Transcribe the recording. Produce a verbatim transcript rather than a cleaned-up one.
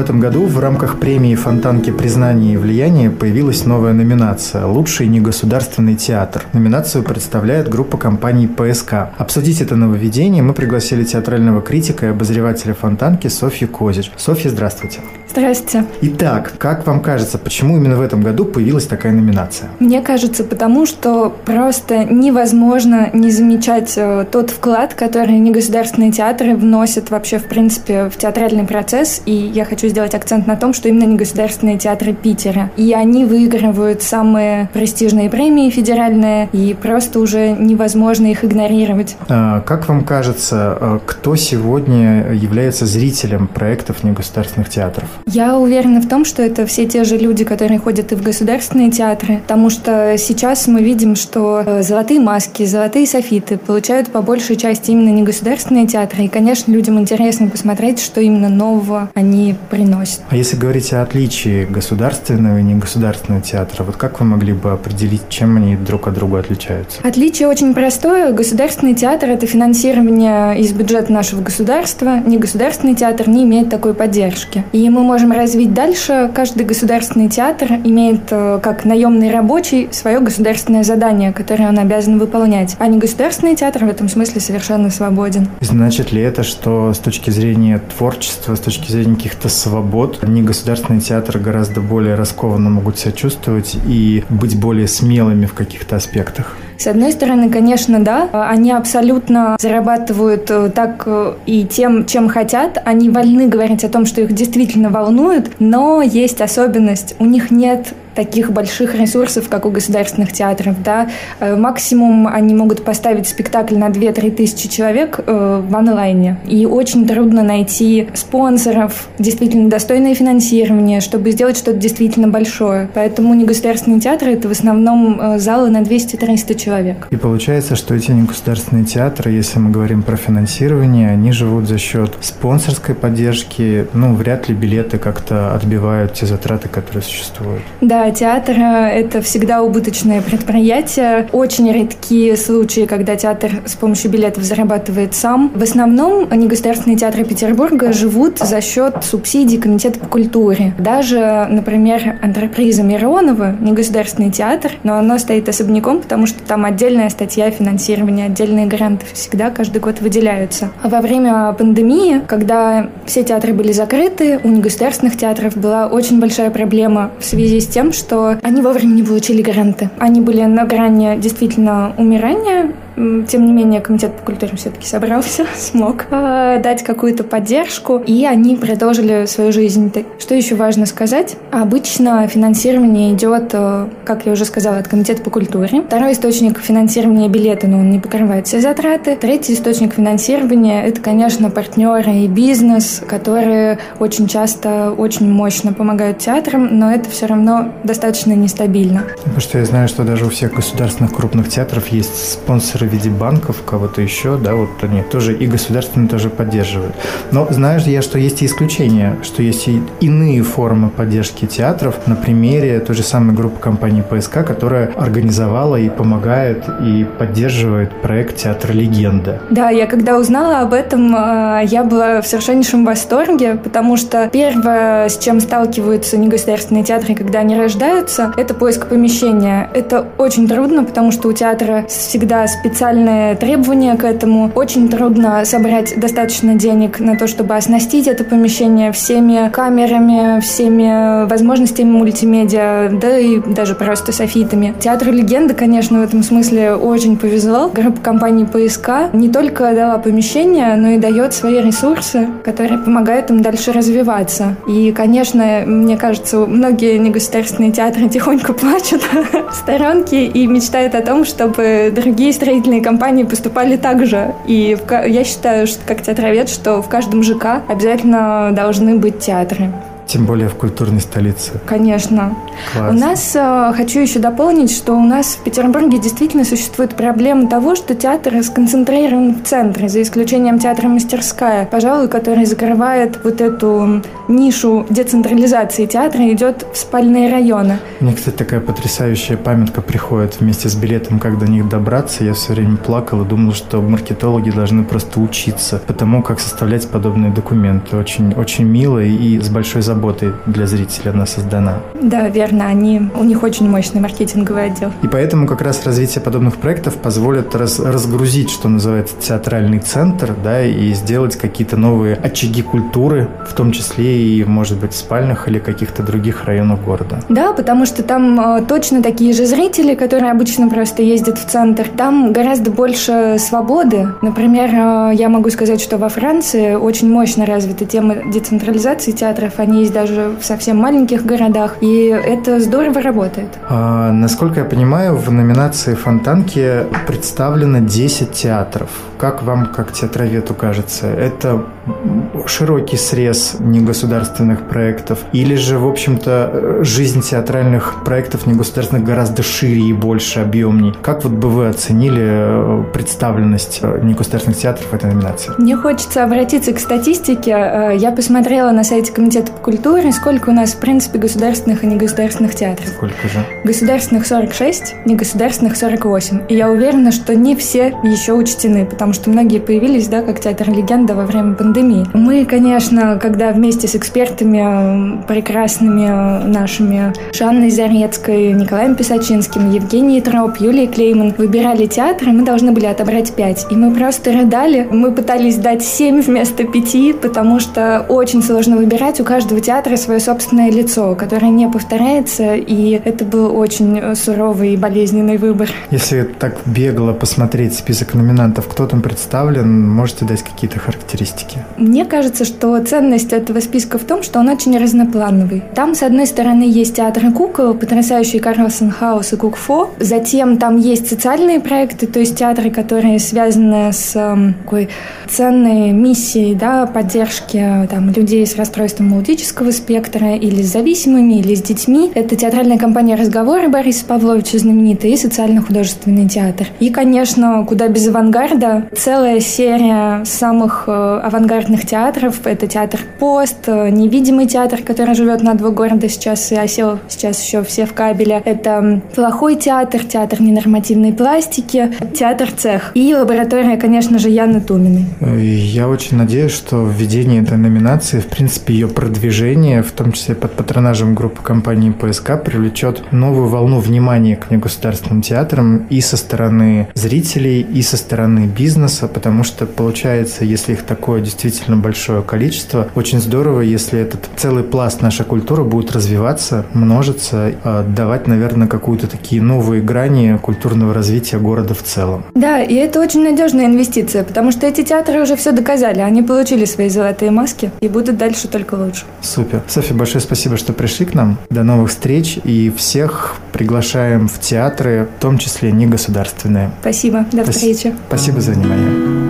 этом году в рамках премии «Фонтанки признания и влияния» появилась новая номинация «Лучший негосударственный театр». Номинацию представляет группа компаний ПСК. Обсудить это нововведение мы пригласили театрального критика и обозревателя «Фонтанки» Софью Козич. Софья, здравствуйте. Здравствуйте. Итак, как вам кажется, почему именно в этом году появилась такая номинация? Мне кажется, потому что просто невозможно не замечать э, тот вклад, который негосударственные театры вносят вообще, в принципе, в театральный процесс. И я хочу сделать акцент на том, что именно негосударственные театры Питера. И они выигрывают самые престижные премии федеральные, и просто уже невозможно их игнорировать. А, как вам кажется, кто сегодня является зрителем проектов негосударственных театров? Я уверена в том, что это все те же люди, которые ходят и в государственные театры, потому что сейчас мы видим, что золотые маски, золотые софиты получают по большей части именно негосударственные театры, и, конечно, людям интересно посмотреть, что именно нового они приносят. А если говорить о отличии государственного и негосударственного театра, вот как вы могли бы определить, чем они друг от друга отличаются? Отличие очень простое. Государственный театр – это финансирование из бюджета нашего государства. Негосударственный театр не имеет такой поддержки. И мы можем развить дальше. Каждый государственный театр имеет, как наемный рабочий, свое государственное задание, которое он обязан выполнять. А негосударственный театр в этом смысле совершенно свободен. Значит ли это, что с точки зрения творчества, с точки зрения каких-то свобод, негосударственные театры гораздо более раскованно могут себя чувствовать и быть более смелыми в каких-то аспектах? С одной стороны, конечно, да. Они абсолютно зарабатывают так и тем, чем хотят. Они вольны говорить о том, что их действительно волнует, но есть особенность. У них нет таких больших ресурсов, как у государственных театров, да. Максимум они могут поставить спектакль на две-три тысячи человек э, в онлайне. И очень трудно найти спонсоров, действительно достойное финансирование, чтобы сделать что-то действительно большое. Поэтому негосударственные театры – это в основном э, залы на двести-триста человек. И получается, что эти негосударственные театры, если мы говорим про финансирование, они живут за счет спонсорской поддержки. Ну, вряд ли билеты как-то отбивают те затраты, которые существуют. Да, театр – это всегда убыточное предприятие. Очень редкие случаи, когда театр с помощью билетов зарабатывает сам. В основном негосударственные театры Петербурга живут за счет субсидий Комитета по культуре. Даже, например, антреприза Миронова – негосударственный театр, но оно стоит особняком, потому что там отдельная статья финансирования, отдельные гранты всегда каждый год выделяются. А во время пандемии, когда все театры были закрыты, у негосударственных театров была очень большая проблема в связи с тем, что они вовремя не получили гранты. Они были на грани действительно умирания. Тем не менее, Комитет по культуре все-таки собрался, смог э, дать какую-то поддержку, и они продолжили свою жизнь. Что еще важно сказать? Обычно финансирование идет, э, как я уже сказала, от Комитета по культуре. Второй источник финансирования – билеты, но он не покрывает все затраты. Третий источник финансирования – это, конечно, партнеры и бизнес, которые очень часто очень мощно помогают театрам, но это все равно достаточно нестабильно. Потому что я знаю, что даже у всех государственных крупных театров есть спонсоры в виде банков, кого-то еще, да, вот они тоже и государственные тоже поддерживают. Но знаешь я, что есть и исключения, что есть и иные формы поддержки театров. На примере той же самой группы компании ПСК, которая организовала и помогает, и поддерживает проект «Театр легенды». Да, я когда узнала об этом, я была в совершеннейшем восторге, потому что первое, с чем сталкиваются негосударственные театры, когда они рождаются, это поиск помещения. Это очень трудно, потому что у театра всегда специальные специальные требования к этому. Очень трудно собрать достаточно денег на то, чтобы оснастить это помещение всеми камерами, всеми возможностями мультимедиа, да и даже просто софитами. Театру легенды, конечно, в этом смысле очень повезло. Группа компании ПСК не только дала помещение, но и дает свои ресурсы, которые помогают им дальше развиваться. И, конечно, мне кажется, многие негосударственные театры тихонько плачут в сторонке и мечтают о том, чтобы другие строительные компании поступали так же. И в, я считаю, что, как театровед, что в каждом ЖК обязательно должны быть театры. Тем более в культурной столице. Конечно. Класс. У нас, э, хочу еще дополнить, что у нас в Петербурге действительно существует проблема того, что театр сконцентрирован в центре, за исключением театра «Мастерская», пожалуй, который закрывает вот эту нишу децентрализации театра идет в спальные районы. Мне, кстати, такая потрясающая памятка приходит вместе с билетом, как до них добраться. Я все время плакал и думал, что маркетологи должны просто учиться по тому, как составлять подобные документы. Очень, очень мило и с большой заботой для зрителя она создана. Да, верно. Они, у них очень мощный маркетинговый отдел. И поэтому как раз развитие подобных проектов позволит раз, разгрузить, что называется, театральный центр, да, и сделать какие-то новые очаги культуры, в том числе и, может быть, в спальных или каких-то других районах города. Да, потому что там э, точно такие же зрители, которые обычно просто ездят в центр. Там гораздо больше свободы. Например, э, я могу сказать, что во Франции очень мощно развита тема децентрализации театров. Они есть даже в совсем маленьких городах, и это здорово работает. А, насколько я понимаю, в номинации «Фонтанки» представлено десять театров. Как вам, как театроведу, кажется, это широкий срез негосударственных проектов? Или же, в общем-то, жизнь театральных проектов негосударственных гораздо шире и больше, объемней? Как вот бы вы оценили представленность негосударственных театров в этой номинации? Мне хочется обратиться к статистике. Я посмотрела на сайте Комитета по культуре, сколько у нас, в принципе, государственных и негосударственных театров. Сколько же? Государственных сорок шесть, негосударственных сорок восемь. И я уверена, что не все еще учтены, потому что многие появились, да, как театр легенда во время пандемии. Мы, конечно, когда вместе с экспертами прекрасными нашими Жанной Зарецкой, Николаем Писачинским, Евгенией Троп, Юлией Клейман выбирали театры, мы должны были отобрать пять. И мы просто рыдали. Мы пытались дать семь вместо пяти, потому что очень сложно выбирать. У каждого театра свое собственное лицо, которое не повторяется, и это был очень суровый и болезненный выбор. Если так бегло посмотреть список номинантов, кто там представлен, можете дать какие-то характеристики? Мне кажется, что ценность этого списка в том, что он очень разноплановый. Там, с одной стороны, есть театры кукол, потрясающий Карлсон Хаус и Кукфо. Затем там есть социальные проекты, то есть театры, которые связаны с э, такой ценной миссией, да, поддержки там, людей с расстройством аутического спектра или с зависимыми, или с детьми. Это театральная компания «Разговоры» Бориса Павловича знаменитая и социально-художественный театр. И, конечно, куда без авангарда, целая серия самых э, авангардных театров. Это театр «Пост», невидимый театр, который живет на два города сейчас и осел сейчас еще все в кабеле. Это плохой театр, театр ненормативной пластики, театр «Цех» и лаборатория, конечно же, Яны Туминой. Я очень надеюсь, что введение этой номинации, в принципе, ее продвижение, в том числе под патронажем группы компании ПСК, привлечет новую волну внимания к негосударственным театрам и со стороны зрителей, и со стороны бизнеса, потому что, получается, если их такое действительно большое количество, очень здорово, если этот целый пласт нашей культуры будет развиваться, множиться, давать, наверное, какую-то такие новые грани культурного развития города в целом. Да, и это очень надежная инвестиция, потому что эти театры уже все доказали, они получили свои золотые маски и будут дальше только лучше. Супер. Софья, большое спасибо, что пришли к нам. До новых встреч и всех приглашаем в театры, в том числе негосударственные. Спасибо. До встречи. Спасибо за внимание.